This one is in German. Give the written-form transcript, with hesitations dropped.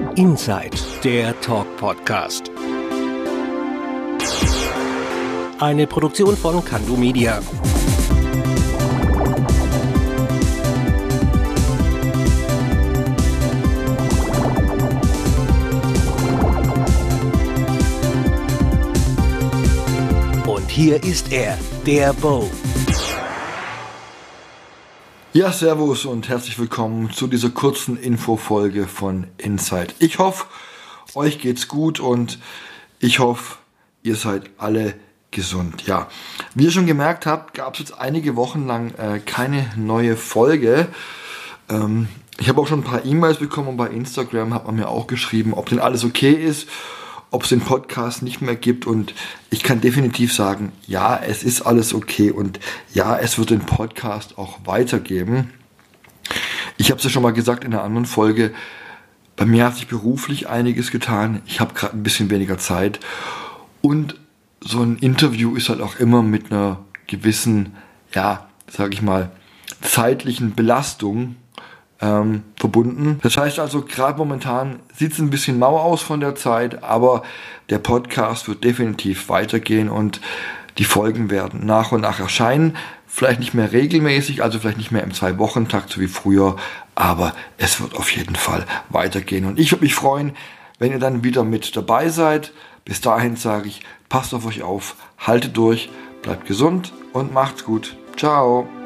Inside, der Talk-Podcast. Eine Produktion von Kando Media. Und hier ist er, der Bo. Ja, servus und herzlich willkommen zu dieser kurzen Infofolge von Inside. Ich hoffe, euch geht's gut und ich hoffe, ihr seid alle gesund. Ja, wie ihr schon gemerkt habt, gab es jetzt einige Wochen lang keine neue Folge. Ich habe auch schon ein paar E-Mails bekommen und bei Instagram hat man mir auch geschrieben, ob denn alles okay ist, ob es den Podcast nicht mehr gibt, und ich kann definitiv sagen, ja, es ist alles okay und ja, es wird den Podcast auch weitergeben. Ich habe es ja schon mal gesagt in einer anderen Folge, bei mir hat sich beruflich einiges getan, ich habe gerade ein bisschen weniger Zeit und so ein Interview ist halt auch immer mit einer gewissen, ja, sage ich mal, zeitlichen Belastung verbunden. Das heißt also, gerade momentan sieht es ein bisschen mau aus von der Zeit, aber der Podcast wird definitiv weitergehen und die Folgen werden nach und nach erscheinen. Vielleicht nicht mehr regelmäßig, also vielleicht nicht mehr im 2-Wochen-Takt, so wie früher, aber es wird auf jeden Fall weitergehen. Und ich würde mich freuen, wenn ihr dann wieder mit dabei seid. Bis dahin sage ich, passt auf euch auf, haltet durch, bleibt gesund und macht's gut. Ciao.